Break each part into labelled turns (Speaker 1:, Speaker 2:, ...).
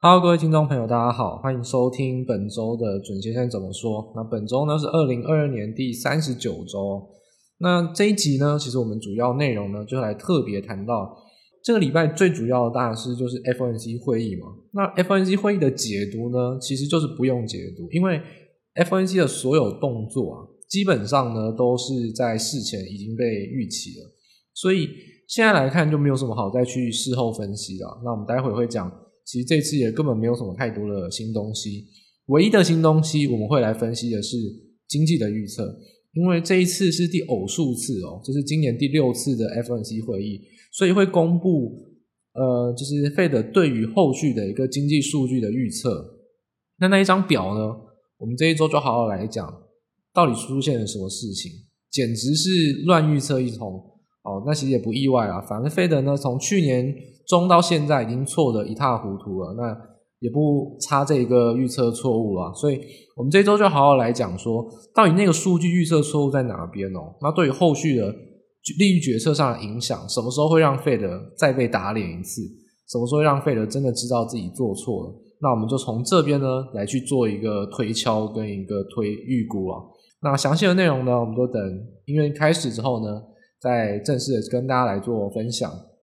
Speaker 1: Hello，各位听众朋友，大家好，欢迎收听本周的准先生怎么说。那本周呢是2022年第39周。那这一集呢，其实我们主要内容呢就来特别谈到这个礼拜最主要的大事就是 FOMC 会议嘛。那 FOMC 会议的解读呢，其实就是不用解读，因为 FOMC 的所有动作啊，基本上呢都是在事前已经被预期了，所以现在来看就没有什么好再去事后分析了。那我们待会会讲，其实这次也根本没有什么太多的新东西，唯一的新东西我们会来分析的是经济的预测，因为这一次是第偶数次这是今年第6次的 FOMC 会议，所以会公布就是 Fed 对于后续的一个经济数据的预测。那一张表呢，我们这一周就好好来讲到底出现了什么事情，简直是乱预测一通那其实也不意外啦，反正 Fed 呢从去年中到现在已经错得一塌糊涂了，那也不差这个预测错误啦，所以我们这周就好好来讲说到底那个数据预测错误在哪边那对于后续的利率决策上的影响，什么时候会让 Fed 再被打脸一次，什么时候会让 Fed 真的知道自己做错了，那我们就从这边呢来去做一个推敲跟一个预估那详细的内容呢，我们就等音乐开始之后呢再正式的跟大家来做分享。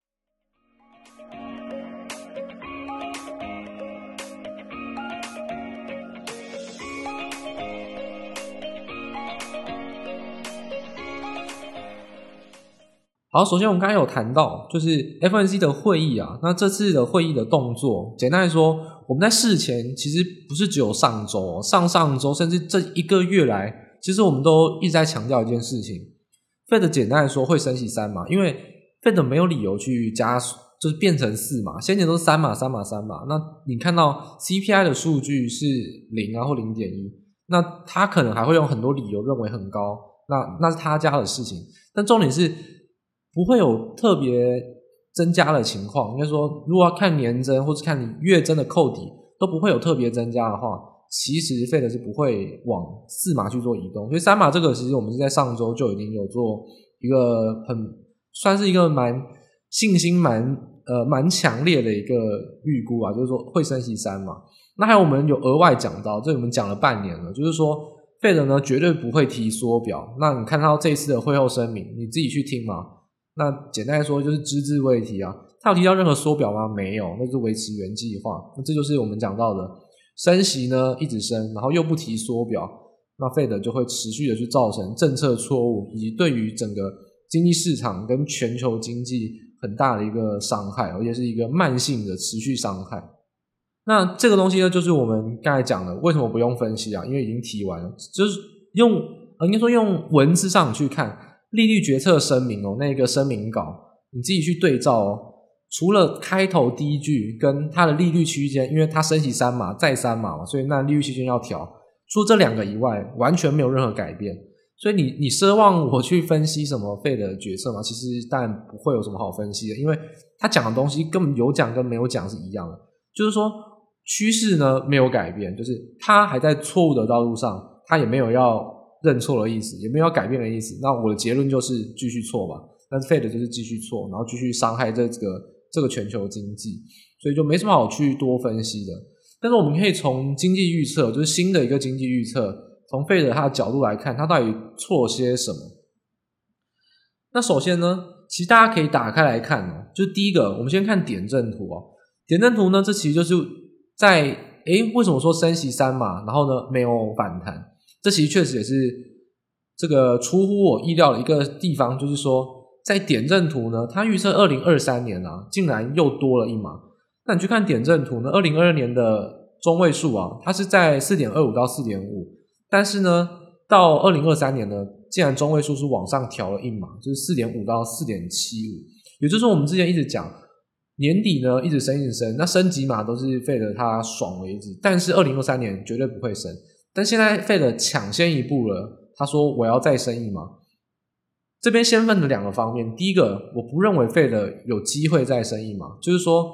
Speaker 1: 好，首先我们刚才有谈到就是 FOMC 的会议那这次的会议的动作，简单来说我们在事前其实不是只有上周上周甚至这一个月来，其实我们都一直在强调一件事情， Fed 简单来说会升息3码，因为 Fed 没有理由去加就是变成4码，先前都是3码3码3码，那你看到 CPI 的数据是0或 0.1， 那他可能还会用很多理由认为很高，那是他家的事情，但重点是不会有特别增加的情况，应该说如果要看年增或是看你月增的扣抵都不会有特别增加的话，其实 Fed 是不会往4码去做移动，所以3码这个其实我们是在上周就已经有做一个算是一个信心蛮强烈的一个预估就是说会升息3码。那还有我们有额外讲到，这我们讲了半年了，就是说 Fed 呢绝对不会提缩表，那你看到这一次的会后声明你自己去听嘛，那简单来说就是只字未提他有提到任何缩表吗？没有，那就是维持原计划。那这就是我们讲到的升息呢一直升，然后又不提缩表，那 Fed 就会持续的去造成政策错误，以及对于整个经济市场跟全球经济很大的一个伤害，而且是一个慢性的持续伤害。那这个东西呢，就是我们刚才讲的为什么不用分析因为已经提完了，就是应该说用文字上去看利率决策声明那个声明稿，你自己去对照除了开头第一句跟它的利率区间，因为它升息3码再3码嘛，所以那利率区间要调，除了这2个以外完全没有任何改变，所以你奢望我去分析什么 Fed 的决策吗？其实当然不会有什么好分析的，因为他讲的东西根本有讲跟没有讲是一样的，就是说趋势呢没有改变，就是他还在错误的道路上，他也没有要认错的意思，也没有要改变的意思，那我的结论就是继续错嘛，但是 Fed 就是继续错，然后继续伤害这个全球经济，所以就没什么好去多分析的。但是我们可以从经济预测，就是新的一个经济预测，从 Fed 他的角度来看，他到底错些什么。那首先呢，其实大家可以打开来看就是第一个我们先看点阵图点阵图呢，这其实就是在为什么说升息3码然后呢没有反弹，这其实确实也是这个出乎我意料的一个地方，就是说在点阵图呢，它预测2023年竟然又多了1码。那你去看点阵图呢，2022年的中位数它是在 4.25 到 4.5， 但是呢到2023年呢，竟然中位数是往上调了1码，就是 4.5 到 4.75， 也就是说我们之前一直讲年底呢一直升，那升几码都是 Fed 他爽为止，但是2023年绝对不会升，但现在 Fed 抢先一步了，他说我要再升1码。这边先分了2个方面，第一个我不认为 Fed 有机会再升1码，就是说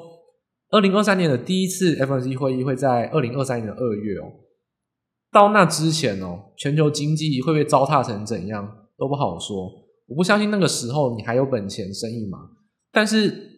Speaker 1: 2023年的第一次 FOMC 会议会在2023年的2月到那之前全球经济会被糟蹋成怎样都不好说，我不相信那个时候你还有本钱升1码，但是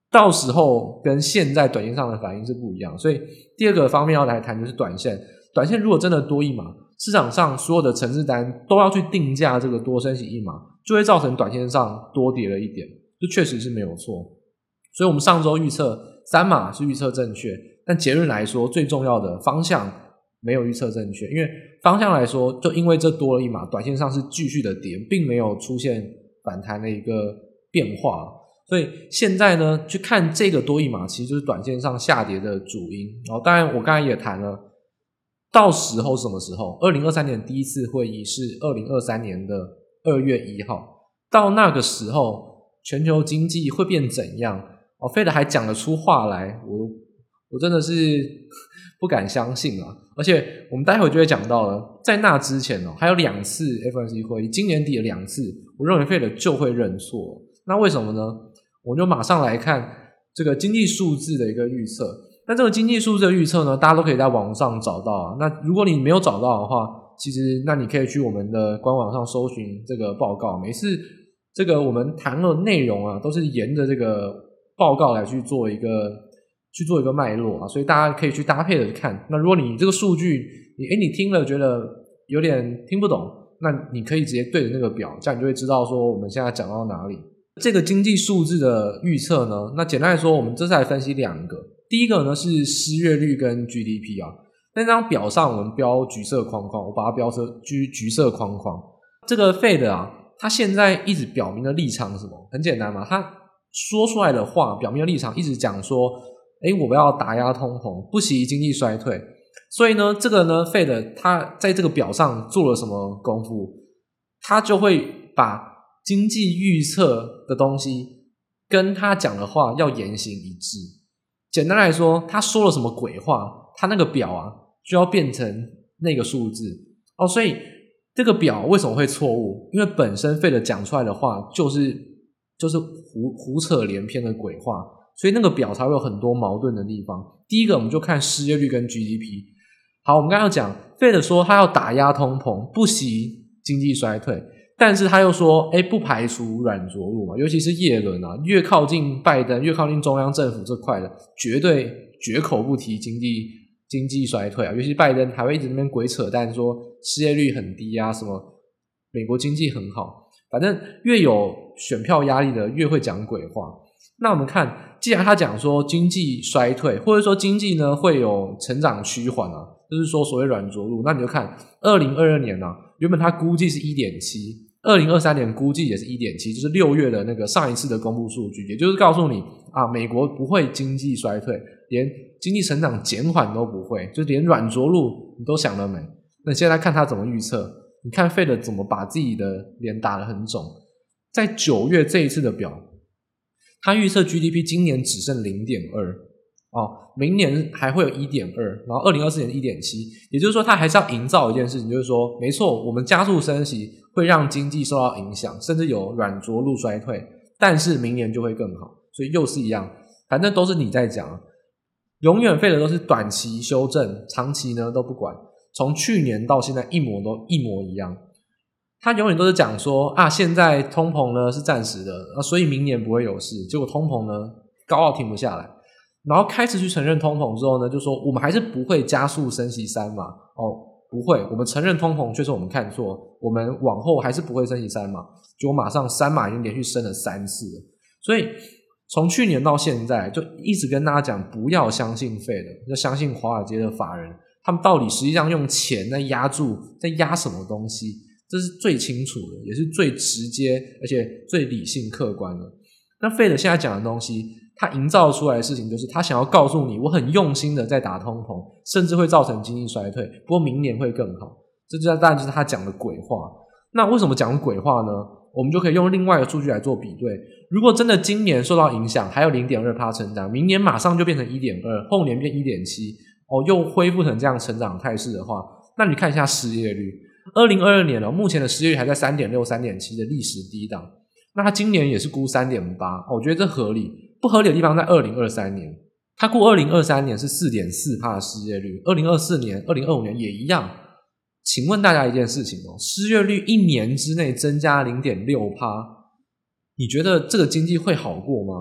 Speaker 1: 到时候跟现在短线上的反应是不一样，所以第二个方面要来谈就是短线。短线如果真的多一码，市场上所有的程式单都要去定价这个多升息一码，就会造成短线上多跌了一点，这确实是没有错。所以我们上周预测3码是预测正确，但结论来说最重要的方向没有预测正确，因为方向来说就因为这多了一码，短线上是继续的跌，并没有出现反弹的一个变化，所以现在呢去看这个多一码其实就是短线上下跌的主因。当然我刚才也谈了，到时候是什么时候？2023年第一次会议是2023年的2月1号，到那个时候全球经济会变怎样？Fed 还讲得出话来，我真的是不敢相信啊！而且我们待会就会讲到了，在那之前还有2次 FOMC 会议，今年底的2次，我认为 Fed 就会认错。那为什么呢？我就马上来看这个经济数字的一个预测。那这个经济数字的预测呢，大家都可以在网上找到啊。那如果你没有找到的话，其实那你可以去我们的官网上搜寻这个报告。每次这个我们谈的内容啊，都是沿着这个报告来去做一个脉络啊，所以大家可以去搭配的看。那如果你这个数据你听了觉得有点听不懂，那你可以直接对着那个表，这样你就会知道说我们现在讲到哪里。这个经济数字的预测呢，那简单来说我们这次来分析2个。第一个呢是失业率跟 GDP 啊，那张表上我们标橘色框框，我把它标成橘色框框。这个 Fed 啊，他现在一直表明的立场是什么？很简单嘛，他说出来的话表明的立场一直讲说我们要打压通膨，不惜经济衰退。所以呢这个呢 Fed 他在这个表上做了什么功夫？他就会把经济预测的东西跟他讲的话要言行一致。简单来说，他说了什么鬼话，他那个表啊就要变成那个数字所以这个表为什么会错误？因为本身Fed讲出来的话就是胡扯连篇的鬼话，所以那个表才会有很多矛盾的地方。第一个我们就看失业率跟 GDP。 好，我们刚刚讲 Fed 说他要打压通膨，不惜经济衰退，但是他又说不排除软着陆嘛，尤其是耶伦啊，越靠近拜登，越靠近中央政府这块的，绝对绝口不提经济衰退啊。尤其拜登还会一直在那边鬼扯淡说失业率很低啊，什么美国经济很好，反正越有选票压力的越会讲鬼话。那我们看，既然他讲说经济衰退，或者说经济呢会有成长趋缓啊，就是说所谓软着陆，那你就看2022年啊，原本他估计是 1.7，2023 年估计也是 1.7， 就是6月的那个上一次的公布数据，也就是告诉你啊，美国不会经济衰退，连经济成长减缓都不会，就连软着陆你都想得美。那你现在看他怎么预测，你看 Fed 怎么把自己的脸打得很肿。在9月这一次的表，他预测 GDP 今年只剩 0.2，明年还会有 1.2， 然后2024年 1.7， 也就是说他还是要营造一件事情，就是说没错，我们加速升息会让经济受到影响，甚至有软着陆衰退，但是明年就会更好。所以又是一样，反正都是你在讲，永远Fed都是短期修正，长期呢都不管，从去年到现在一模一样。他永远都是讲说啊，现在通膨呢是暂时的所以明年不会有事，结果通膨呢高傲停不下来，然后开始去承认通膨之后呢，就说我们还是不会加速升息3码不会，我们承认通膨确实我们看错，我们往后还是不会升息3码，结果马上3码已经连续升了3次了。所以从去年到现在就一直跟大家讲不要相信Fed，要相信华尔街的法人，他们到底实际上用钱在压住，在压什么东西，这是最清楚的，也是最直接而且最理性客观的。那Fed现在讲的东西，他营造出来的事情就是他想要告诉你我很用心的在打通膨，甚至会造成经济衰退，不过明年会更好，这当然就是他讲的鬼话。那为什么讲鬼话呢？我们就可以用另外一个数据来做比对，如果真的今年受到影响还有 0.2% 成长，明年马上就变成 1.2%， 后年变 1.7%，又恢复成这样成长态势的话，那你看一下失业率，2022年目前的失业率还在 3.6 3.7 的历史低档，那他今年也是估 3.8%， 我觉得这合理。不合理的地方在2023年，他估2023年是 4.4% 的失业率，2024年2025年也一样。请问大家一件事情失业率1年之内增加 0.6%， 你觉得这个经济会好过吗？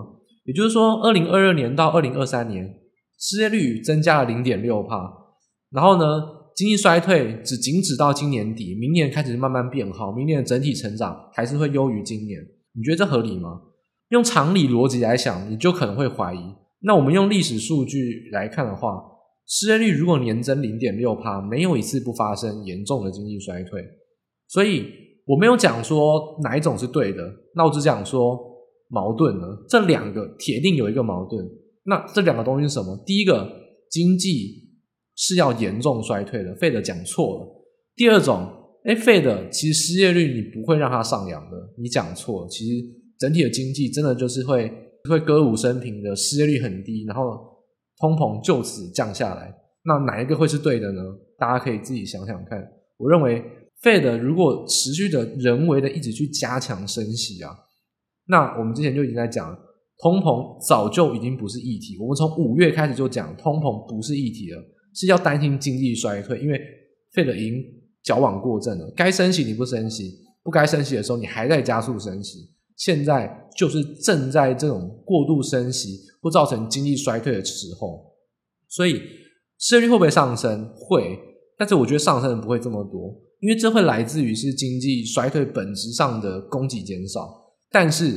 Speaker 1: 也就是说2022年到2023年失业率增加了 0.6%， 然后呢经济衰退仅止到今年底，明年开始慢慢变好，明年的整体成长还是会优于今年。你觉得这合理吗？用常理逻辑来想，你就可能会怀疑。那我们用历史数据来看的话，失业率如果年增 0.6%， 没有一次不发生严重的经济衰退。所以我没有讲说哪一种是对的，那我只讲说矛盾呢，这两个铁定有一个矛盾。那这两个东西是什么？第一个，经济是要严重衰退的，Fed讲错了。第二种，Fed 其实失业率你不会让它上扬的，你讲错了。其实整体的经济真的就是会歌舞升平的，失业率很低，然后通膨就此降下来。那哪一个会是对的呢？大家可以自己想想看。我认为 Fed 如果持续的人为的一直去加强升息啊，那我们之前就已经在讲了，通膨早就已经不是议题。我们从5月开始就讲通膨不是议题了，是要担心经济衰退，因为 Fed 已经矫枉过正了，该升息你不升息，不该升息的时候你还在加速升息，现在就是正在这种过度升息会造成经济衰退的时候。所以失业率会不会上升？会，但是我觉得上升的不会这么多，因为这会来自于是经济衰退本质上的供给减少。但是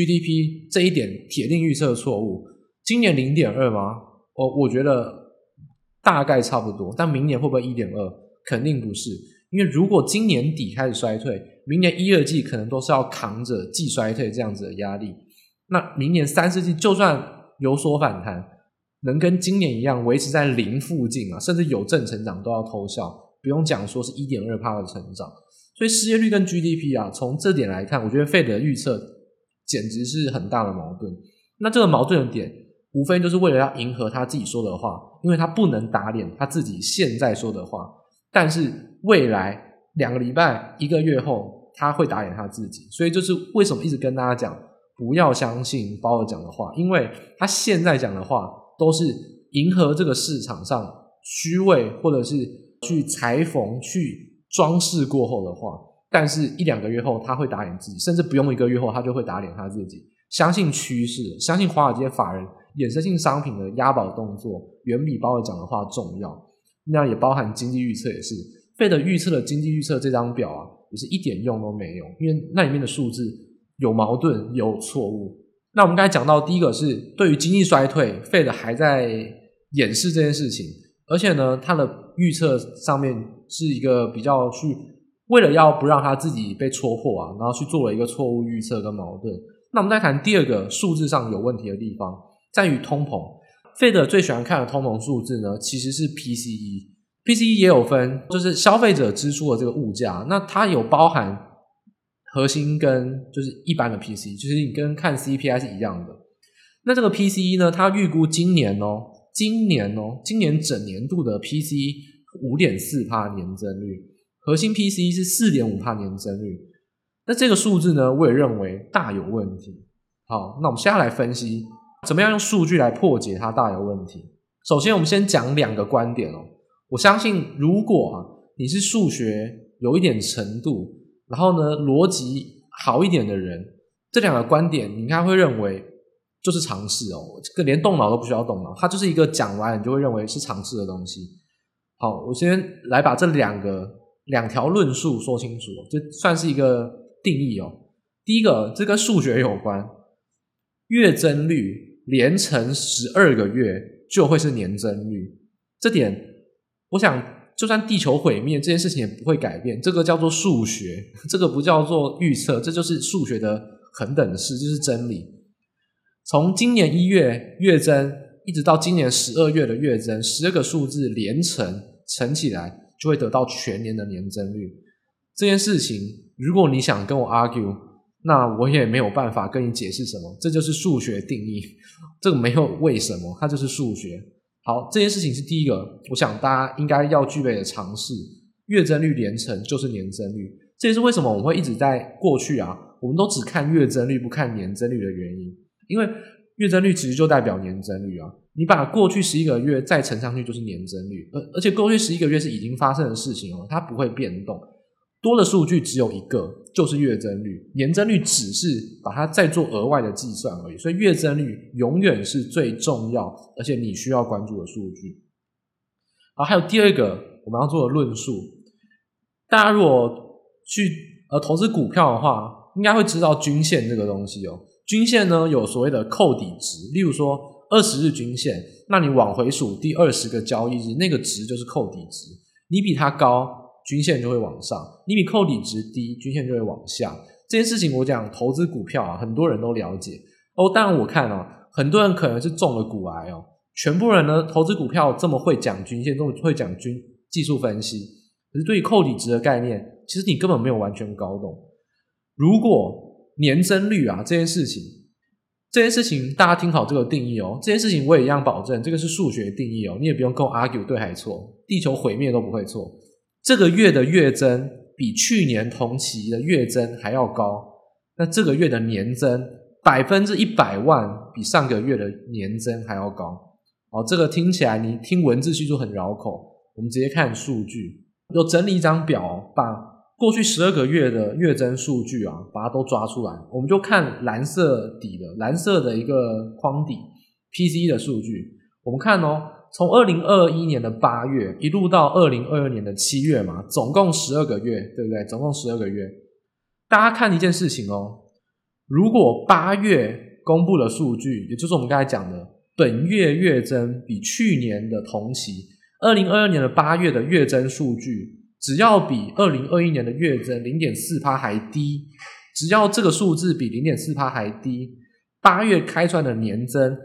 Speaker 1: GDP 这一点铁定预测错误。今年 0.2 吗？我觉得大概差不多，但明年会不会 1.2？ 肯定不是，因为如果今年底开始衰退，明年1、2季可能都是要扛着季衰退这样子的压力，那明年3、4季就算有所反弹，能跟今年一样维持在0附近啊，甚至有正成长都要偷笑，不用讲说是 1.2% 的成长。所以失业率跟 GDP 啊，从这点来看，我觉得 Fed 的预测简直是很大的矛盾。那这个矛盾的点无非就是为了要迎合他自己说的话，因为他不能打脸他自己现在说的话，但是未来2个礼拜1个月后他会打脸他自己。所以就是为什么一直跟大家讲不要相信鲍尔讲的话，因为他现在讲的话都是迎合这个市场上虚伪或者是去裁缝去装饰过后的话，但是1、2个月后他会打脸自己，甚至不用1个月后他就会打脸他自己。相信趋势，相信华尔街法人衍生性商品的押宝动作远比鲍尔讲的话重要。那也包含经济预测，也是Fed预测的经济预测这张表啊，也是一点用都没有，因为那里面的数字有矛盾有错误。那我们刚才讲到第一个是对于经济衰退 Fed 还在掩饰这件事情，而且呢它的预测上面是一个比较去为了要不让他自己被戳破啊，然后去做了一个错误预测跟矛盾。那我们再谈第二个数字上有问题的地方，在于通膨。Fed 最喜欢看的通膨数字呢，其实是 PCE。PCE 也有分，就是消费者支出的这个物价，那它有包含核心跟就是一般的 PCE， 就是你跟看 CPI 是一样的。那这个 PCE 呢，它预估今年整年度的 PCE 5.4% 年增率，核心 PCE 是 4.5% 年增率。那这个数字呢，我也认为大有问题。好，那我们现在来分析怎么样用数据来破解它大有问题。首先我们先讲2个观点哦。我相信如果你是数学有一点程度，然后呢逻辑好一点的人，这2个观点你应该会认为就是常识哦，这个连动脑都不需要动脑，它就是一个讲完你就会认为是常识的东西。好，我先来把这两条论述说清楚，这算是一个定义哦。第一个，这跟数学有关，月增率连乘12个月就会是年增率，这点我想就算地球毁灭这件事情也不会改变，这个叫做数学，这个不叫做预测，这就是数学的恒等式，这是真理。从今年1月月增一直到今年12月的月增，12个数字连乘起来就会得到全年的年增率。这件事情如果你想跟我 argue， 那我也没有办法跟你解释什么，这就是数学定义，这个没有为什么，它就是数学。好，这件事情是第一个我想大家应该要具备的常识，月增率连乘就是年增率。这也是为什么我们会一直在过去我们都只看月增率不看年增率的原因，因为月增率其实就代表年增率你把过去11个月再乘上去就是年增率，而且过去11个月是已经发生的事情它不会变动。 多的数据只有一个，就是月增率，年增率只是把它再做额外的计算而已，所以月增率永远是最重要而且你需要关注的数据。好，还有第二个我们要做的论述，大家如果去投资股票的话，应该会知道均线这个东西哦。均线呢有所谓的扣抵值，例如说20日均线，那你往回数第20个交易日，那个值就是扣抵值，你比它高，均线就会往上，你比扣抵值低，均线就会往下。这件事情我讲投资股票很多人都了解当然我看很多人可能是中了股癌全部人呢投资股票这么会讲均线，这么会讲技术分析，可是对于扣抵值的概念，其实你根本没有完全搞懂。如果年增率这件事情大家听好这个定义这件事情我也一样保证，这个是数学定义你也不用跟我 argue 对还错，地球毁灭都不会错。这个月的月增比去年同期的月增还要高，那这个月的年增100万比上个月的年增还要高这个听起来你听文字叙述很绕口，我们直接看数据，有整理一张表把过去12个月的月增数据把它都抓出来，我们就看蓝色的一个框底 PCE 的数据。我们看从2021年的8月一路到2022年的7月嘛，总共12个月，对不对？总共12个月。大家看一件事情如果8月公布的数据，也就是我们刚才讲的本月月增比去年的同期2022年的8月的月增数据只要比2021年的月增 0.4% 还低，只要这个数字比 0.4% 还低，8月开出来的年增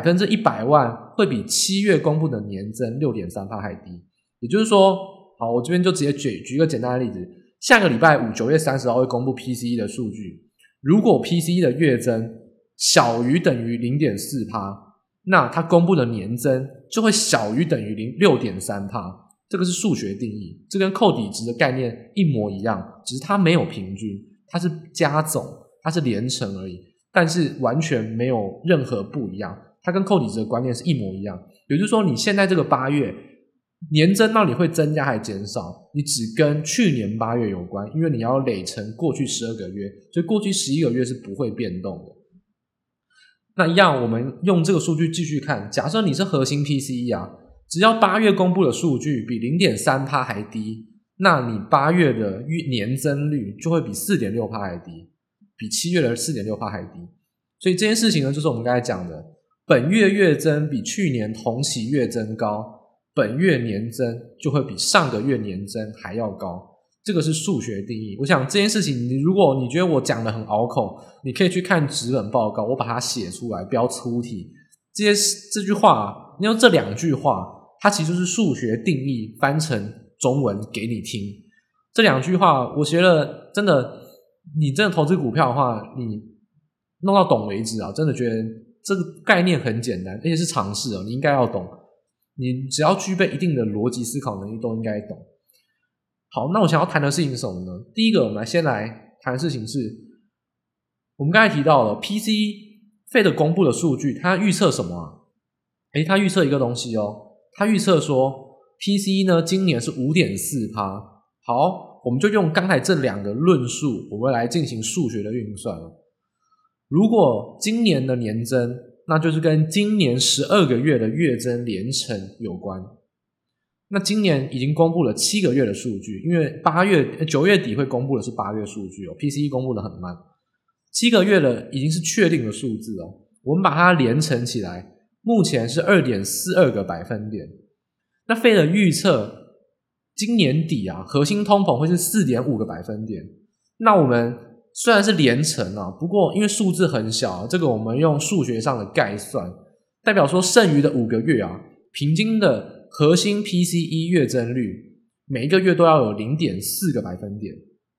Speaker 1: 100万会比7月公布的年增 6.3% 还低。也就是说，好，我这边就直接举一个简单的例子，下个礼拜5 9月30号会公布 PCE 的数据，如果 PCE 的月增小于等于 0.4%， 那它公布的年增就会小于等于 6.3%， 这个是数学定义，这跟扣抵值的概念一模一样，只是它没有平均，它是加总，它是连乘而已，但是完全没有任何不一样，它跟扣抵值的观念是一模一样。也就是说你现在这个8月年增到底会增加还减少，你只跟去年8月有关，因为你要累乘过去12个月，所以过去11个月是不会变动的。那一样我们用这个数据继续看，假设你是核心 PCE 只要8月公布的数据比 0.3% 还低，那你8月的年增率就会比 4.6% 还低，比7月的 4.6% 还低。所以这件事情呢，就是我们刚才讲的本月月增比去年同期月增高，本月年增就会比上个月年增还要高，这个是数学定义。我想这件事情如果你觉得我讲得很拗口，你可以去看纸本报告，我把它写出来标粗体，这句话你用这2句话它其实就是数学定义翻成中文给你听。这2句话我觉得真的，你真的投资股票的话，你弄到懂为止真的觉得这个概念很简单，而且是常识你应该要懂，你只要具备一定的逻辑思考能力都应该懂。好，那我想要谈的事情是什么呢？第一个我们先来谈的事情是，我们刚才提到了 PCE Fed 公布的数据，它预测什么它预测一个东西它预测说 PCE 呢今年是 5.4%。 好，我们就用刚才这2个论述，我们来进行数学的运算如果今年的年增，那就是跟今年12个月的月增连乘有关。那今年已经公布了7个月的数据，因为9月底会公布的是8月数据PCE 公布的很慢，7个月的已经是确定的数字我们把它连乘起来，目前是 2.42 个百分点。那Fed预测今年底核心通膨会是 4.5 个百分点。那我们虽然是连乘不过因为数字很小这个我们用数学上的概算，代表说剩余的5个月平均的核心 PCE 月增率每一个月都要有 0.4 个百分点，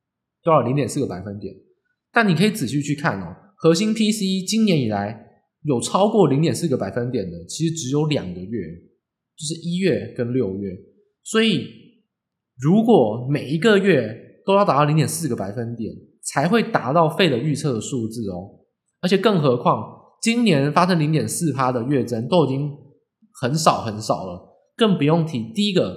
Speaker 1: 但你可以仔细去看核心 PCE 今年以来有超过 0.4 个百分点的其实只有2个月，就是1月跟6月。所以如果每一个月都要达到 0.4 个百分点才会达到Fed预测的数字而且更何况今年发生 0.4% 的月增都已经很少很少了，更不用提第一个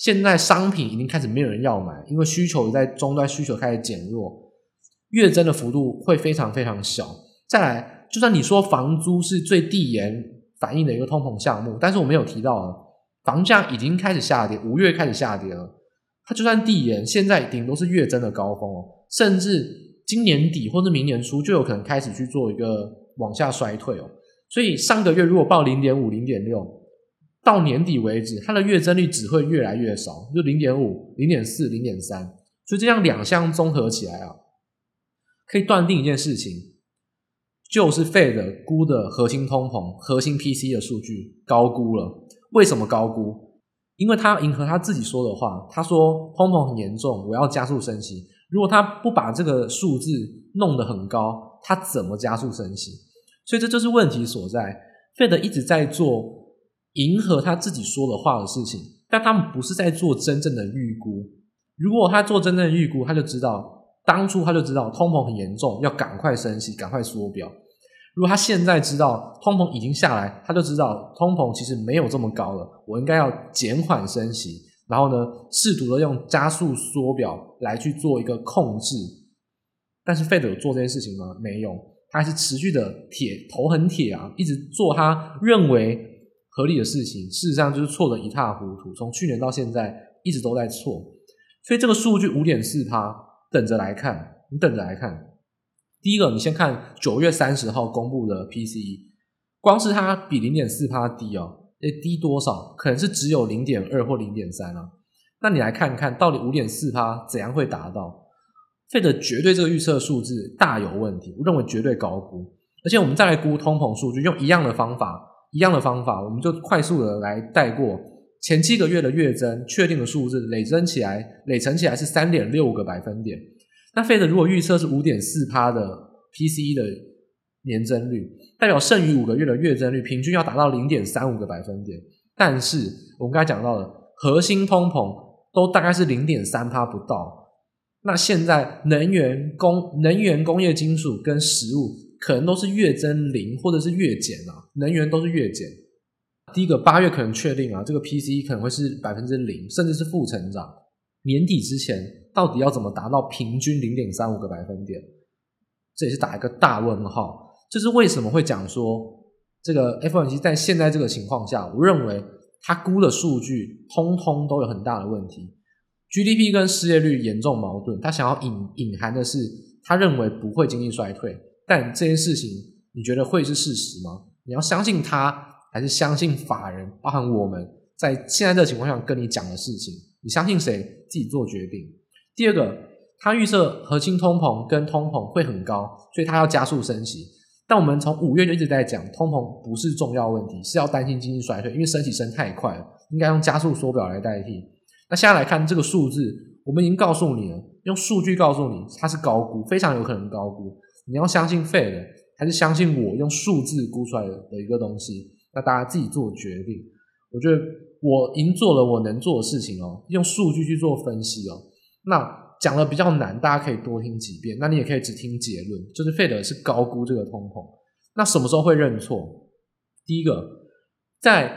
Speaker 1: 现在商品已经开始没有人要买，因为需求在终端需求开始减弱，月增的幅度会非常非常小。再来，就算你说房租是最递延反映的一个通膨项目，但是我没有提到房价已经开始下跌，5月开始下跌了，它就算递延，现在顶多是月增的高峰甚至今年底或是明年初就有可能开始去做一个往下衰退所以上个月如果报 0.5 0.6到年底为止，它的月增率只会越来越少，就 0.5 0.4 0.3， 所以这样两项综合起来可以断定一件事情，就是 Fed 估的核心通膨核心 PCE 的数据高估了。为什么高估？因为他迎合他自己说的话，他说通膨很严重，我要加速升息。如果他不把这个数字弄得很高，他怎么加速升息？所以这就是问题所在。 Fed 一直在做迎合他自己说的话的事情，但他们不是在做真正的预估。如果他做真正的预估，他就知道当初他就知道通膨很严重，要赶快升息，赶快缩表。如果他现在知道通膨已经下来，他就知道通膨其实没有这么高了，我应该要减缓升息，然后呢试图的用加速缩表来去做一个控制。但是 Fed 有做这件事情吗？没有，他还是持续的头很铁一直做他认为合理的事情，事实上就是错得一塌糊涂，从去年到现在一直都在错。所以这个数据 5.4%， 等着来看，你等着来看。第一个，你先看9月30号公布的 PCE， 光是它比 0.4% 低低多少？可能是只有 0.2 或 0.3 那你来看看到底 5.4% 怎样会达到。Fed 绝对这个预测数字大有问题，我认为绝对高估。而且我们再来估通膨数据，用一样的方法，我们就快速的来带过前7个月的月增确定的数字，累乘起来是 3.65 个百分点。那 Fed 如果预测是 5.4% 的 PCE 的年增率，代表剩余5个月的月增率平均要达到 0.35 个百分点。但是我们刚才讲到了核心通膨都大概是 0.3% 不到。那现在能源、工业金属跟食物可能都是月增0或者是月减能源都是月减。第一个8月可能确定这个 PCE 可能会是 0% 甚至是负成长。年底之前到底要怎么达到平均 0.35 个百分点，这也是打一个大问号。这是为什么会讲说这个 FOMC 在现在这个情况下，我认为他估的数据通通都有很大的问题。GDP 跟失业率严重矛盾，他想要隐含的是他认为不会经济衰退，但这件事情你觉得会是事实吗？你要相信他还是相信法人，包含我们在现在这个情况下跟你讲的事情，你相信谁自己做决定。第二个，他预测核心通膨跟通膨会很高，所以他要加速升息。但我们从5月就一直在讲通膨不是重要问题，是要担心经济衰退，因为升息升太快了，应该用加速缩表来代替。那现在来看这个数字，我们已经告诉你了，用数据告诉你它是高估，非常有可能高估。你要相信 Fed 还是相信我用数字估出来的一个东西，那大家自己做决定。我觉得我已经做了我能做的事情用数据去做分析那讲的比较难，大家可以多听几遍，那你也可以只听结论，就是 Fed 是高估这个通膨。那什么时候会认错？第一个，在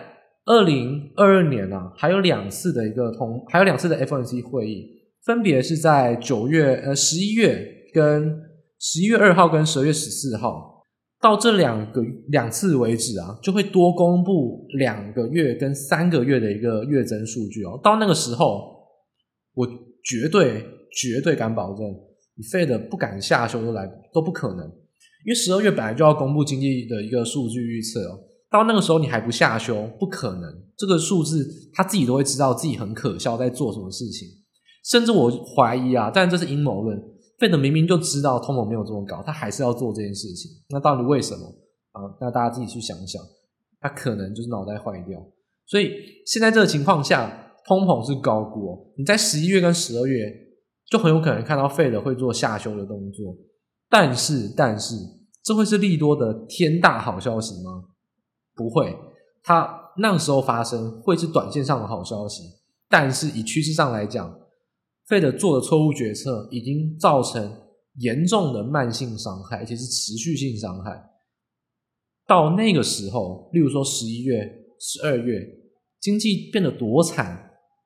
Speaker 1: 2022年还有2次的FOMC 会议，分别是在11月2号跟12月14号。到这两次为止就会多公布2个月跟3个月的一个月增数据到那个时候，我绝对敢保证，你Fed不敢下修都不可能，因为12月本来就要公布经济的一个数据预测到那个时候你还不下修，不可能。这个数字他自己都会知道自己很可笑在做什么事情，甚至我怀疑但这是阴谋论，Fed 明明就知道通膨没有这么高，他还是要做这件事情。那到底为什么那大家自己去想想，他可能就是脑袋坏掉。所以现在这个情况下，通膨是高估你在11月跟12月就很有可能看到 Fed 会做下修的动作。但是这会是利多的天大好消息吗？不会，它那个时候发生会是短线上的好消息，但是以趋势上来讲，Fed 做的错误决策已经造成严重的慢性伤害，而且是持续性伤害。到那个时候，例如说11月、12月，经济变得多惨，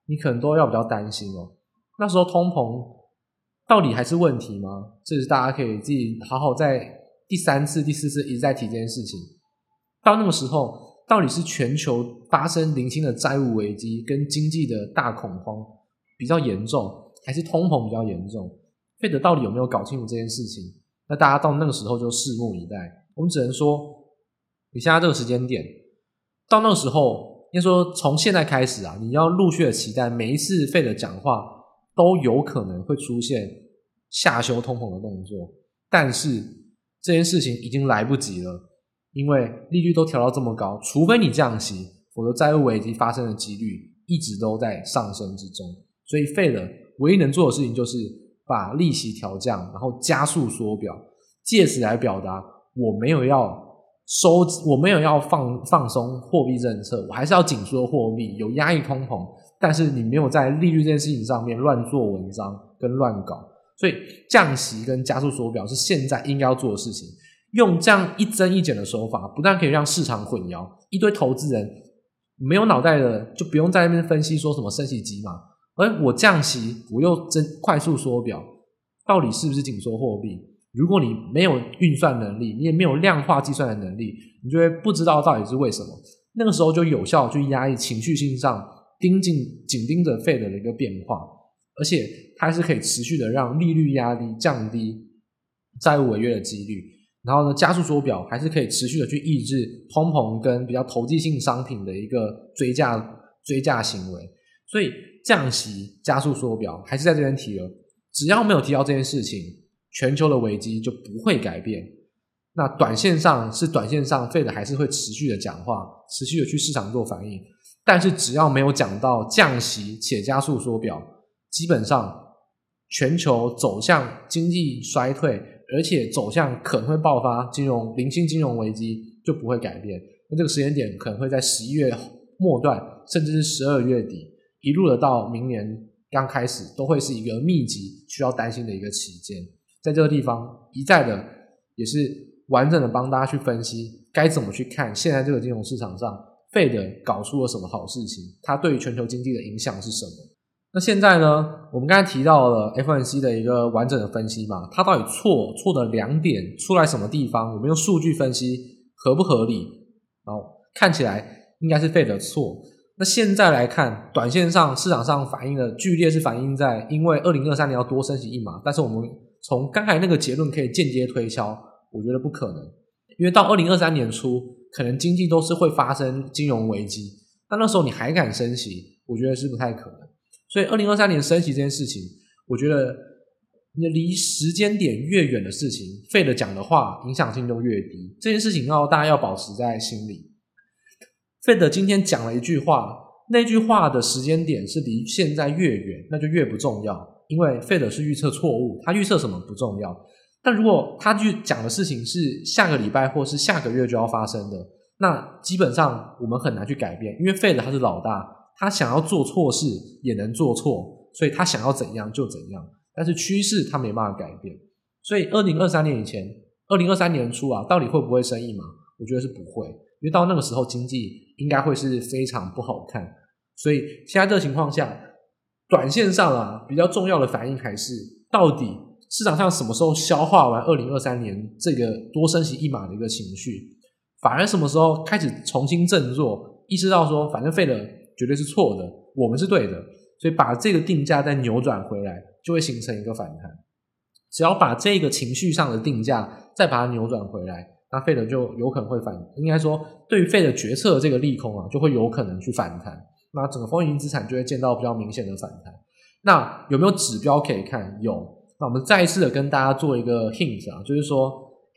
Speaker 1: 你可能都要比较担心哦。那时候通膨到底还是问题吗？这是大家可以自己好好在第3次、第4次一直在提这件事情。到那个时候，到底是全球发生零星的债务危机跟经济的大恐慌比较严重，还是通膨比较严重？Fed到底有没有搞清楚这件事情？那大家到那个时候就拭目以待。我们只能说，你现在这个时间点，到那个时候，应该说从现在开始啊，你要陆续的期待每一次 Fed 讲话都有可能会出现下修通膨的动作，但是这件事情已经来不及了，因为利率都调到这么高，除非你降息，否则债务危机发生的几率一直都在上升之中。所以 Fed 唯一能做的事情就是把利息调降，然后加速缩表，借此来表达我没有要放松货币政策，我还是要紧缩货币，有压抑通膨，但是你没有在利率这件事情上面乱做文章跟乱搞，所以降息跟加速缩表是现在应该要做的事情。用这样一增一减的手法，不但可以让市场混淆，一堆投资人没有脑袋的就不用在那边分析说什么升息机嘛，而我降息我又快速缩表，到底是不是紧缩货币？如果你没有运算能力，你也没有量化计算的能力，你就会不知道到底是为什么。那个时候就有效去压抑情绪性上紧盯着 Fed 的一个变化，而且它还是可以持续的让利率压力降低债务违约的几率，然后呢，加速缩表还是可以持续的去抑制通膨跟比较投机性商品的一个追价行为。所以降息加速缩表还是在这边提了，只要没有提到这件事情，全球的危机就不会改变。那短线上 Fed 还是会持续的讲话，持续的去市场做反应，但是只要没有讲到降息且加速缩表，基本上全球走向经济衰退，而且走向可能会爆发零星金融危机就不会改变。那这个时间点可能会在11月末段，甚至是12月底，一路的到明年刚开始，都会是一个密集需要担心的一个期间。在这个地方一再的也是完整的帮大家去分析该怎么去看现在这个金融市场上 Fed 搞出了什么好事情，它对于全球经济的影响是什么。那现在呢，我们刚才提到了 FOMC 的一个完整的分析嘛，它到底错的2点出来什么地方，我们用数据分析合不合理，然后看起来应该是 Fed 的错。那现在来看，短线上市场上反映的剧烈是反映在因为2023年要多升息1码，但是我们从刚才那个结论可以间接推敲，我觉得不可能，因为到2023年初可能经济都是会发生金融危机，那时候你还敢升息，我觉得是不太可能。所以2023年升息这件事情，我觉得离时间点越远的事情 Fed 讲的话影响性就越低，这件事情大家要保持在心里。Fed 今天讲了一句话，那句话的时间点是离现在越远，那就越不重要，因为 Fed 是预测错误，他预测什么不重要。但如果他去讲的事情是下个礼拜或是下个月就要发生的，那基本上我们很难去改变，因为 Fed 他是老大，他想要做错事也能做错，所以他想要怎样就怎样，但是趋势他没办法改变。所以2023年以前，2023年初啊，到底会不会升1码？我觉得是不会，因为到那个时候经济应该会是非常不好看。所以现在这个情况下，短线上啊比较重要的反应还是到底市场上什么时候消化完2023年这个多升息1码的一个情绪，反而什么时候开始重新振作，意识到说反正Fed绝对是错的，我们是对的，所以把这个定价再扭转回来，就会形成一个反弹。只要把这个情绪上的定价再把它扭转回来，那 Fed 就有可能会应该说对于 Fed 决策这个利空啊，就会有可能去反弹，那整个风险资产就会见到比较明显的反弹。那有没有指标可以看？有。那我们再一次的跟大家做一个 hint 啊，就是说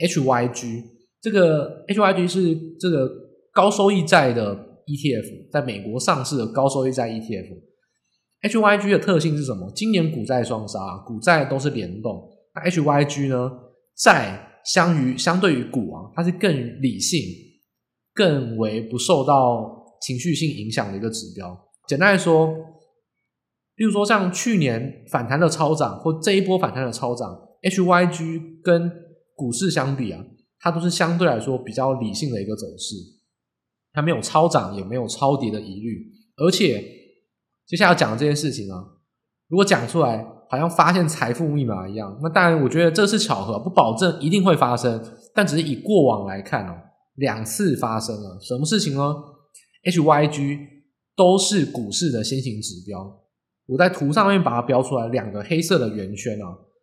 Speaker 1: HYG 这个 HYG 是这个高收益债的 ETF， 在美国上市的高收益债 ETF。 HYG 的特性是什么？今年股债双杀，股债都是联动，那 HYG 呢，债相对于股啊，它是更理性更为不受到情绪性影响的一个指标。简单来说，例如说像去年反弹的超涨或这一波反弹的超涨， HYG 跟股市相比啊，它都是相对来说比较理性的一个走势，它没有超涨也没有超跌的疑虑，而且接下来要讲的这件事情啊，如果讲出来好像发现财富密码一样，那当然我觉得这是巧合，不保证一定会发生，但只是以过往来看2次发生了。什么事情呢？ HYG 都是股市的先行指标，我在图上面把它标出来2个黑色的圆圈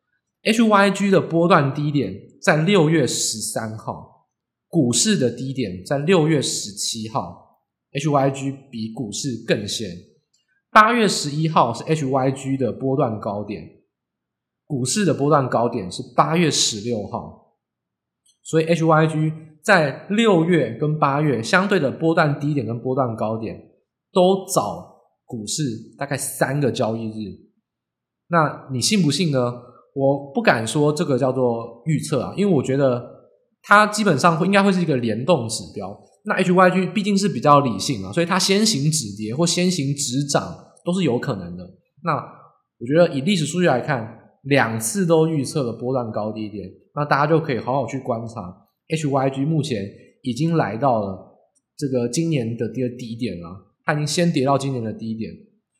Speaker 1: HYG 的波段低点在6月13号，股市的低点在6月17号， HYG 比股市更先。8月11号是 HYG 的波段高点，股市的波段高点是8月16号，所以 HYG 在6月跟8月相对的波段低点跟波段高点都早股市大概3个交易日。那你信不信呢？我不敢说这个叫做预测因为我觉得它基本上应该会是一个联动指标。那 HYG 毕竟是比较理性所以它先行止跌或先行止涨都是有可能的。那我觉得以历史数据来看，2次都预测了波段高低点，那大家就可以好好去观察 HYG 目前已经来到了这个今年的第二低点了，它已经先跌到今年的低点，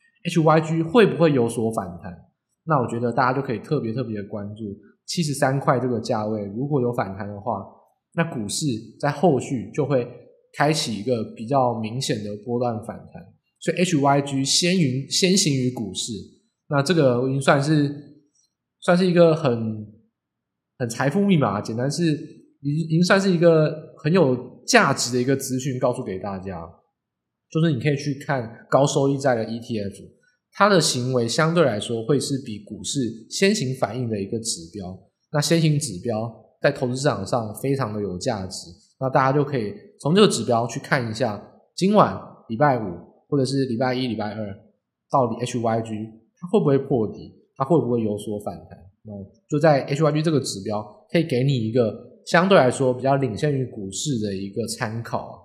Speaker 1: HYG 会不会有所反弹？那我觉得大家就可以特别关注73块这个价位，如果有反弹的话，那股市在后续就会开启一个比较明显的波段反弹，所以 HYG 先行于股市，那这个已经算是一个很财富密码，简单是已经算是一个很有价值的一个资讯告诉给大家，就是你可以去看高收益债的 ETF， 它的行为相对来说会是比股市先行反应的一个指标，那先行指标在投资市场上非常的有价值，那大家就可以从这个指标去看一下今晚礼拜5或者是礼拜1礼拜2到底 HYG 它会不会破底，它会不会有所反弹，那就在 HYG 这个指标可以给你一个相对来说比较领先于股市的一个参考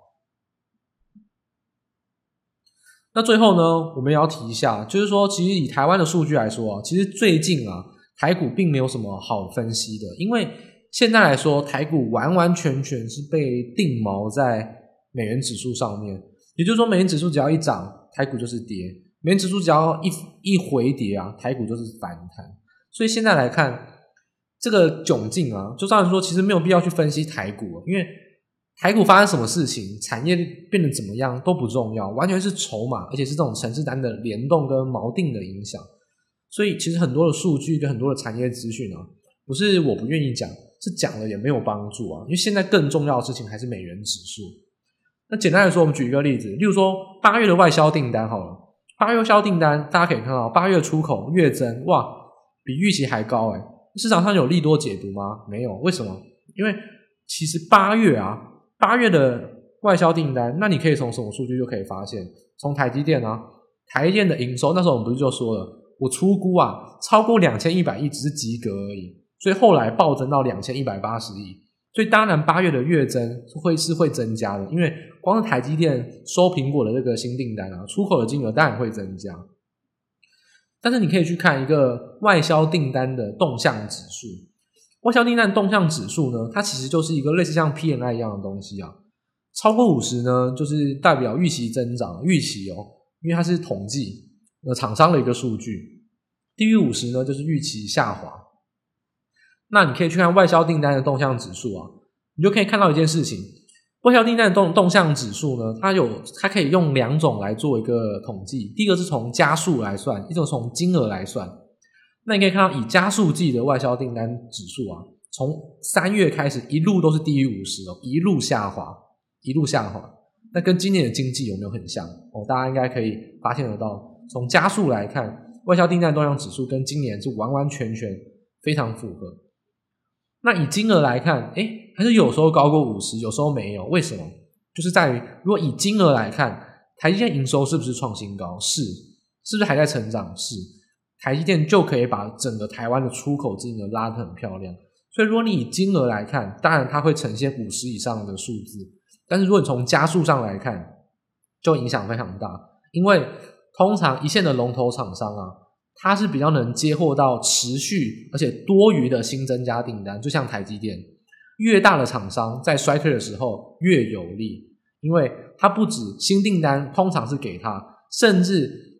Speaker 1: 那最后呢，我们也要提一下，就是说其实以台湾的数据来说其实最近台股并没有什么好分析的，因为现在来说台股完完全全是被定锚在美元指数上面，也就是说美元指数只要一涨台股就是跌，美元指数只要一回跌台股就是反弹，所以现在来看这个窘境就照理说其实没有必要去分析台股因为台股发生什么事情，产业变得怎么样都不重要，完全是筹码，而且是这种程式单的联动跟锚定的影响。所以其实很多的数据跟很多的产业资讯不是我不愿意讲，是讲了也没有帮助因为现在更重要的事情还是美元指数。那简单来说，我们举一个例子，例如说8月的外销订单好了，8月外销订单大家可以看到8月出口月增哇比预期还高市场上有利多解读吗？没有。为什么？因为其实8月的外销订单，那你可以从什么数据就可以发现，从台积电台积电的营收，那时候我们不是就说了，我初估超过2100亿只是及格而已，所以后来暴增到2180亿，所以当然8月的月增是会增加的，因为光是台积电收苹果的这个新订单出口的金额当然会增加。但是你可以去看一个外销订单的动向指数，外销订单动向指数呢，它其实就是一个类似像 PMI 一样的东西超过50呢就是代表预期增长，预期因为它是统计厂商的一个数据，低于50呢就是预期下滑。那你可以去看外销订单的动向指数你就可以看到一件事情，外销订单的动向指数呢，它可以用2种来做一个统计，第一个是从家数来算，一种从金额来算。那你可以看到以家数计的外销订单指数从3月开始一路都是低于50一路下滑。那跟今年的经济有没有很像大家应该可以发现得到，从家数来看，外销订单动向指数跟今年是完完全全非常符合。那以金额来看还是有时候高过50，有时候没有，为什么？就是在于如果以金额来看，台积电营收是不是创新高？是不是还在成长？是。台积电就可以把整个台湾的出口金额拉得很漂亮，所以如果你以金额来看，当然它会呈现50以上的数字，但是如果你从家数上来看，就影响非常大，因为通常一线的龙头厂商它是比较能接获到持续而且多余的新增加订单，就像台积电，越大的厂商在衰退的时候越有利，因为它不止新订单通常是给它，甚至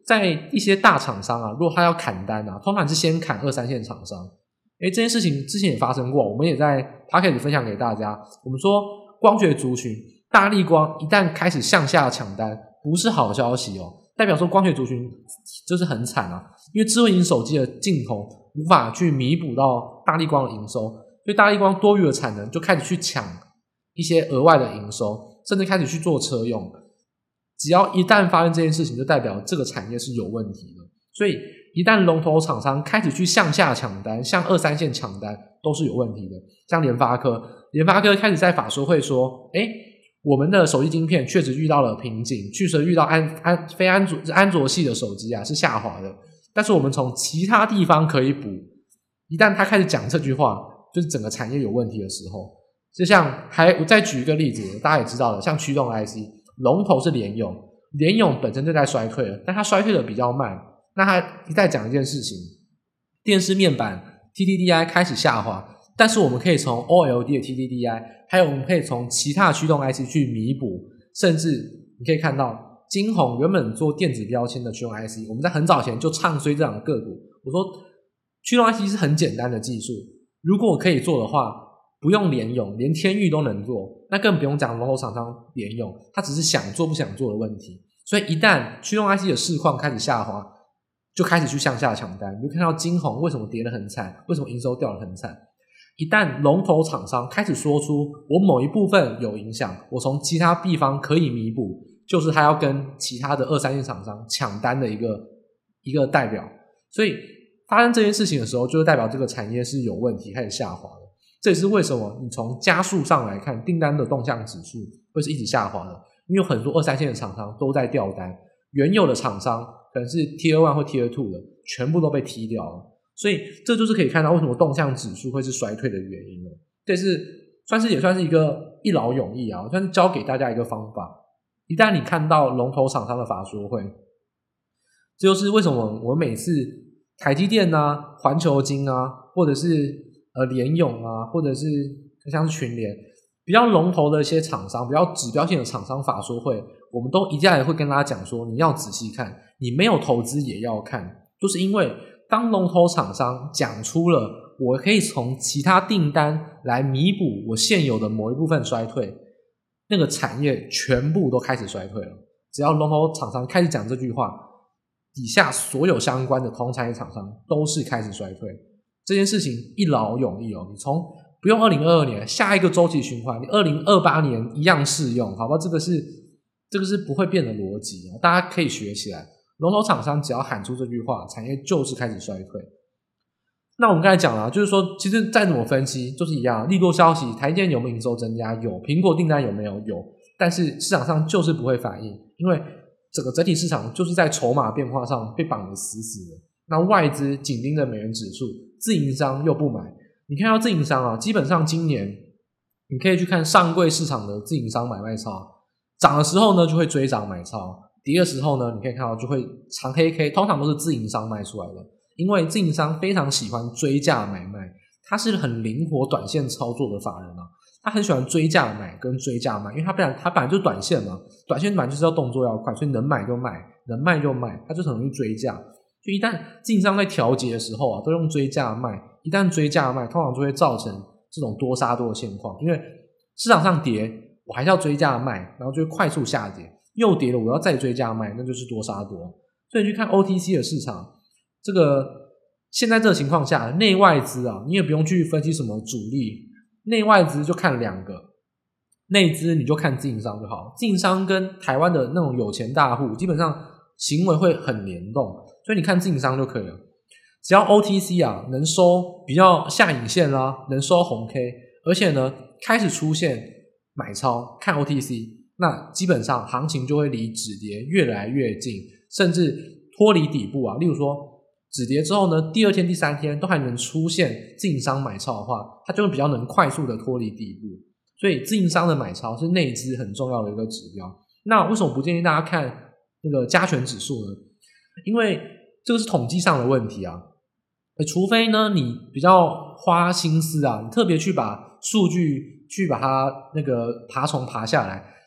Speaker 1: 在一些大厂商啊，如果他要砍单啊，通常是先砍2、3线厂商。这件事情之前也发生过，我们也在 Podcast 分享给大家。我们说光学族群，大立光一旦开始向下抢单，不是好消息哦，代表说光学族群就是很惨啊，因为智慧型手机的镜头无法去弥补到大立光的营收，所以大立光多余的产能就开始去抢一些额外的营收，甚至开始去做车用。只要一旦发生这件事情，就代表这个产业是有问题的。所以一旦龙头厂商开始去向下抢单，向2、3线抢单，都是有问题的。像联发科开始在法说会说，我们的手机晶片确实遇到了瓶颈，确实遇到非安卓系的手机啊是下滑的，但是我们从其他地方可以补。一旦他开始讲这句话，就是整个产业有问题的时候。就像我再举一个例子，大家也知道了，像驱动 IC 龙头是联咏，联咏本身就在衰退了，但它衰退的比较慢。那他一再讲一件事情，电视面板 TDDI 开始下滑，但是我们可以从 OLED 的 TDDI 还有我们可以从其他的驱动 IC 去弥补，甚至你可以看到金鸿原本做电子标签的驱动 IC， 我们在很早前就唱衰这样的个股。我说驱动 IC 是很简单的技术，如果可以做的话，不用联咏，连天钰都能做，那更不用讲龙头厂商联咏，它只是想做不想做的问题。所以一旦驱动 IC 的市况开始下滑，就开始去向下抢单。你就看到金鸿为什么跌得很惨，为什么营收掉得很惨。一旦龙头厂商开始说出我某一部分有影响，我从其他地方可以弥补，就是他要跟其他的2、3线厂商抢单的一个代表。所以发生这件事情的时候，就代表这个产业是有问题，开始下滑了。这也是为什么你从加速上来看，订单的动向指数会是一直下滑的，因为有很多2、3线的厂商都在掉单，原有的厂商可能是 Tier 1或 Tier 2的全部都被踢掉了。所以这就是可以看到为什么动向指数会是衰退的原因了。这也算是一个一劳永逸啊，算是教给大家一个方法。一旦你看到龙头厂商的法说会，这就是为什么我每次台积电啊、环球晶啊，或者是联咏啊，或者是像是群联比较龙头的一些厂商，比较指标性的厂商法说会，我们都一再会跟大家讲说，你要仔细看，你没有投资也要看，就是因为当龙头厂商讲出了我可以从其他订单来弥补我现有的某一部分衰退，那个产业全部都开始衰退了。只要龙头厂商开始讲这句话，底下所有相关的同产业厂商都是开始衰退。这件事情一劳永逸哦，你从不用2022年下一个周期循环，你2028年一样适用，好吧？这个是不会变的逻辑哦，大家可以学起来。龙头厂商只要喊出这句话，产业就是开始衰退。那我们刚才讲了，就是说其实再怎么分析就是一样，利多消息台积电有没有营收增加？有。苹果订单有没有？有。但是市场上就是不会反应，因为整体市场就是在筹码变化上被绑得死死的。那外资紧盯着美元指数，自营商又不买。你看到自营商啊，基本上今年你可以去看上柜市场的自营商买卖超，涨的时候呢就会追涨买超，跌的时候呢你可以看到就会长黑 K， 通常都是自营商卖出来的。因为自营商非常喜欢追价买卖，他是很灵活短线操作的法人啊，他很喜欢追价买跟追价卖，因为他本来就是短线嘛，短线本来就是要动作要快，所以能买就卖，能卖就卖，他就很容易追价。就一旦自营商在调节的时候啊，都用追价卖，一旦追价卖，通常就会造成这种多杀多的现况。因为市场上跌，我还是要追价卖，然后就会快速下跌，又跌了我要再追价卖，那就是多杀多。所以你去看 OTC 的市场，这个现在这个情况下，内外资啊，你也不用去分析什么主力，内外资就看2个，内资你就看自营商就好，自营商跟台湾的那种有钱大户基本上行为会很联动，所以你看自营商就可以了。只要 OTC 啊能收比较下影线啦，能收红 K， 而且呢开始出现买超，看 OTC， 那基本上行情就会离止跌越来越近，甚至脱离底部啊。例如说止跌之后呢，第2天第3天都还能出现自营商买超的话，它就会比较能快速的脱离底部。所以自营商的买超是内资很重要的一个指标。那为什么不建议大家看那个加权指数呢？因为这个是统计上的问题啊。除非呢你比较花心思啊，你特别去把数据去把它那个爬虫爬下来，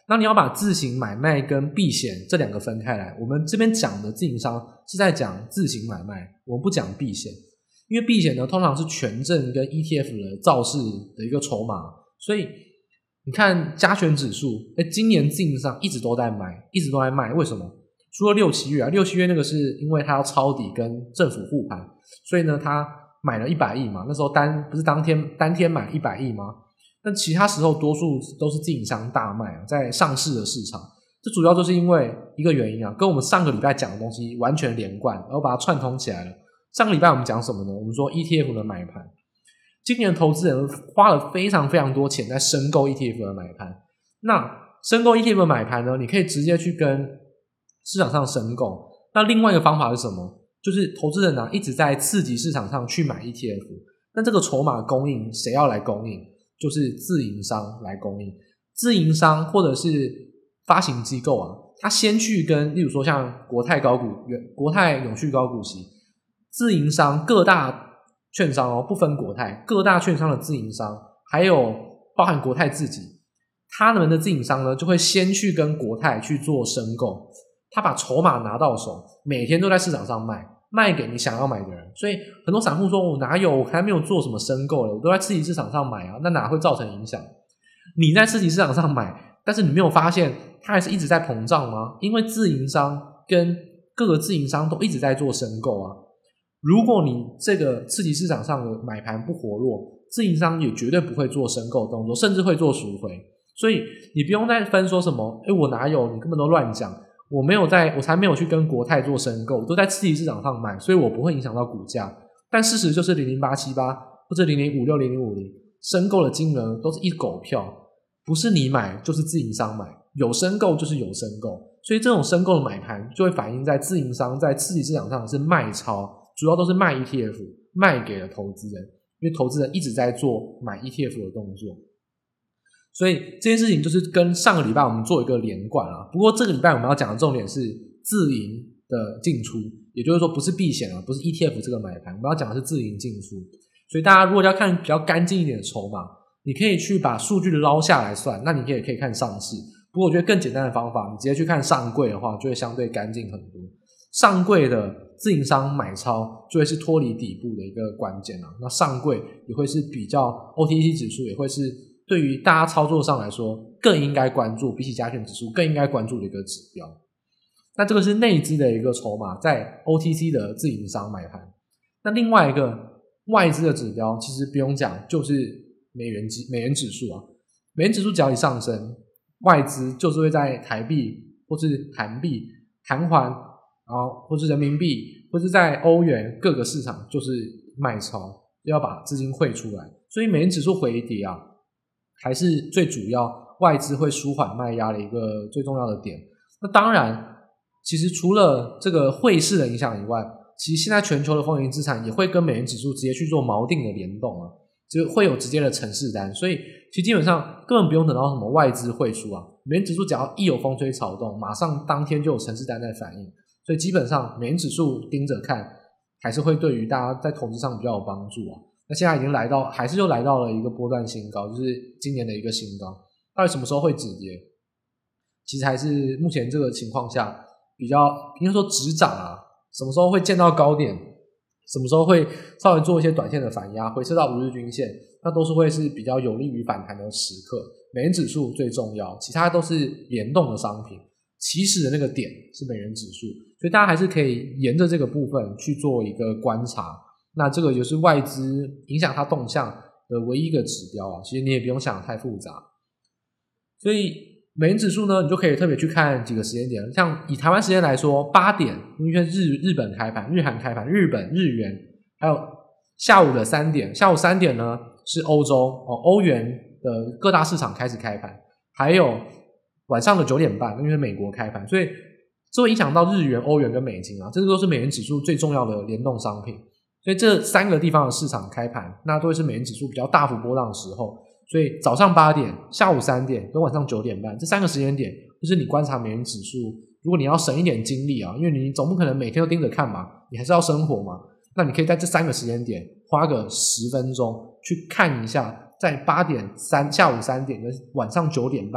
Speaker 1: 那你要把自行买卖跟避险这两个分开来，我们这边讲的自营商是在讲自行买卖，我们不讲避险，因为避险呢通常是权证跟 ETF 的造势的一个筹码，所以你看加权指数今年自营商一直都在买，一直都在卖，为什么？除了6、7月6、7月那个是因为他要抄底跟政府护盘，所以呢他买了100亿嘛，那时候不是当天买100亿吗？但其他时候多数都是自营商大卖在上市的市场，这主要就是因为一个原因跟我们上个礼拜讲的东西完全连贯，然后把它串通起来了。上个礼拜我们讲什么呢？我们说 ETF 的买盘，今年投资人花了非常非常多钱在申购 ETF 的买盘。那申购 ETF 的买盘呢，你可以直接去跟市场上申购。那另外一个方法是什么？就是投资人一直在次级市场上去买 ETF。那这个筹码供应谁要来供应？就是自营商来供应。自营商或者是发行机构他先去跟例如说像国泰永续高股息，自营商各大券商不分国泰，各大券商的自营商，还有包含国泰自己，他们的自营商呢就会先去跟国泰去做申购，他把筹码拿到手，每天都在市场上卖给你想要买的人。所以很多散户说我哪有，我还没有做什么申购了，我都在次级市场上买那哪会造成影响？你在次级市场上买，但是你没有发现它还是一直在膨胀吗？因为自营商跟各个自营商都一直在做申购如果你这个次级市场上的买盘不活络，自营商也绝对不会做申购动作，甚至会做赎回。所以你不用再分说什么我哪有，你根本都乱讲，我才没有去跟国泰做申购，我都在次级市场上买，所以我不会影响到股价。但事实就是00878或者0056、0050申购的金额都是一狗票，不是你买就是自营商买，有申购就是有申购，所以这种申购的买盘就会反映在自营商在次级市场上是卖超，主要都是卖 ETF 卖给了投资人，因为投资人一直在做买 ETF 的动作。所以这件事情就是跟上个礼拜我们做一个连贯不过这个礼拜我们要讲的重点是自营的进出，也就是说不是避险不是 ETF 这个买盘，我们要讲的是自营进出。所以大家如果要看比较干净一点的筹码，你可以去把数据捞下来算，那你也可以看上市。不过我觉得更简单的方法，你直接去看上柜的话就会相对干净很多。上柜的自营商买超就会是脱离底部的一个关键那上柜也会是比较 OTC 指数，也会是对于大家操作上来说更应该关注，比起加权指数更应该关注的一个指标。那这个是内资的一个筹码，在 OTC 的自营商买盘。那另外一个外资的指标其实不用讲，就是美元指数美元指数只要一上升，外资就是会在台币或是韩币、韩环或是人民币或是在欧元各个市场就是卖超，要把资金汇出来。所以美元指数回跌还是最主要外资会舒缓卖压的一个最重要的点。那当然其实除了这个汇市的影响以外，其实现在全球的风险资产也会跟美元指数直接去做锚定的联动就会有直接的程式单，所以其实基本上根本不用等到什么外资汇出美元指数只要一有风吹草动，马上当天就有程式单在反应，所以基本上美元指数盯着看还是会对于大家在投资上比较有帮助那现在已经还是又来到了一个波段新高，就是今年的一个新高。到底什么时候会止跌？其实还是目前这个情况下比较应该说止涨什么时候会见到高点，什么时候会稍微做一些短线的反压，回撤到5日均线，那都是会是比较有利于反弹的时刻。美元指数最重要，其他都是联动的商品，起始的那个点是美元指数，所以大家还是可以沿着这个部分去做一个观察。那这个就是外资影响它动向的唯一一个指标其实你也不用想太复杂。所以美元指数呢，你就可以特别去看几个时间点，像以台湾时间来说8点，因为日本开盘、日韩开盘、日本、日元，还有下午的3点，下午3点呢是欧洲欧元的各大市场开始开盘，还有晚上的9点半，因为美国开盘，所以这会影响到日元、欧元跟美金这都是美元指数最重要的联动商品。所以这3个地方的市场开盘，那都会是美元指数比较大幅波荡的时候。所以早上8点、下午3点跟晚上9点半这3个时间点，就是你观察美元指数，如果你要省一点精力因为你总不可能每天都盯着看嘛，你还是要生活嘛，那你可以在这3个时间点花个10分钟去看一下，在8点、下午3点跟晚上9点半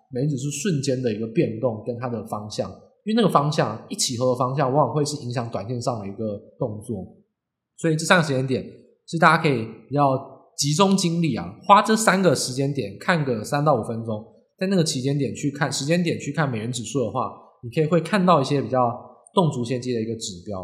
Speaker 1: 美元指数瞬间的一个变动跟它的方向，因为那个方向一起合的方向往往会是影响短线上的一个动作，所以这3个时间点是大家可以比较集中精力花这3个时间点看个3到5分钟，在那个时间点去看美元指数的话，你会看到一些比较动足先机的一个指标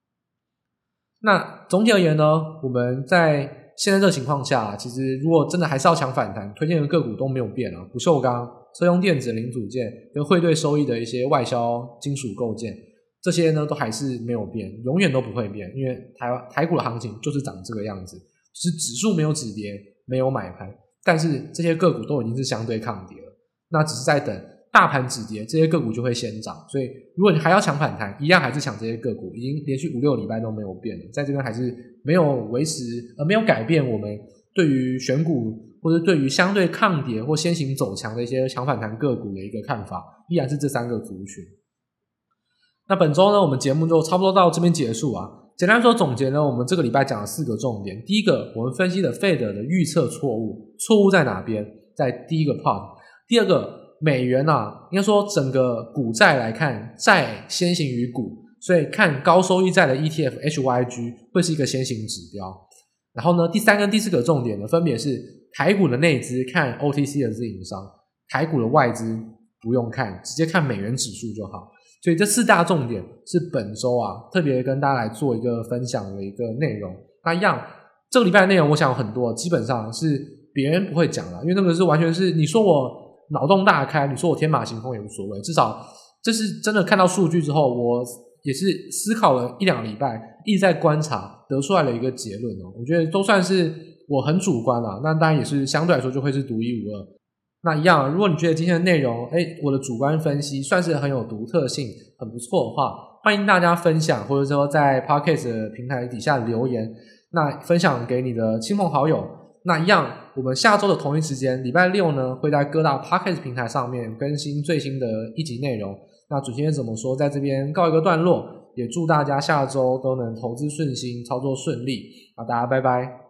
Speaker 1: 那总体而言呢，我们在现在这个情况下其实如果真的还是要抢反弹，推荐的个股都没有变不锈钢、车用电子零组件跟汇兑收益的一些外销金属构件，这些呢都还是没有变，永远都不会变，因为台股的行情就是长这个样子，就是指数没有止跌，没有买盘，但是这些个股都已经是相对抗跌了，那只是在等大盘止跌，这些个股就会先涨，所以如果你还要抢反弹，一样还是抢这些个股，已经连续5-6礼拜都没有变了，在这边还是没有没有改变我们对于选股或者对于相对抗跌或先行走强的一些抢反弹个股的一个看法，依然是这3个族群。那本周呢，我们节目就差不多到这边结束简单说总结呢，我们这个礼拜讲了4个重点。第一个，我们分析了 Fed 的预测错误在哪边，在第一个 part。第二个，美元应该说整个股债来看，债先行于股，所以看高收益债的 ETF HYG 会是一个先行指标。然后呢，第3跟第4个重点呢，分别是台股的内资看 OTC 的自营商，台股的外资不用看，直接看美元指数就好。所以这4大重点是本周特别跟大家来做一个分享的一个内容。那一样这个礼拜的内容我想很多基本上是别人不会讲因为那个是完全是你说我脑洞大开，你说我天马行空也无所谓，至少这是真的看到数据之后，我也是思考了1-2礼拜，一直在观察得出来的一个结论我觉得都算是我很主观那当然也是相对来说就会是独一无二。那一样，如果你觉得今天的内容我的主观分析算是很有独特性，很不错的话，欢迎大家分享，或者说在 Podcast 的平台底下留言，那分享给你的亲朋好友。那一样，我们下周的同一时间礼拜6呢，会在各大 Podcast 平台上面更新最新的一集内容。那主持人怎么说在这边告一个段落，也祝大家下周都能投资顺心，操作顺利。大家拜拜。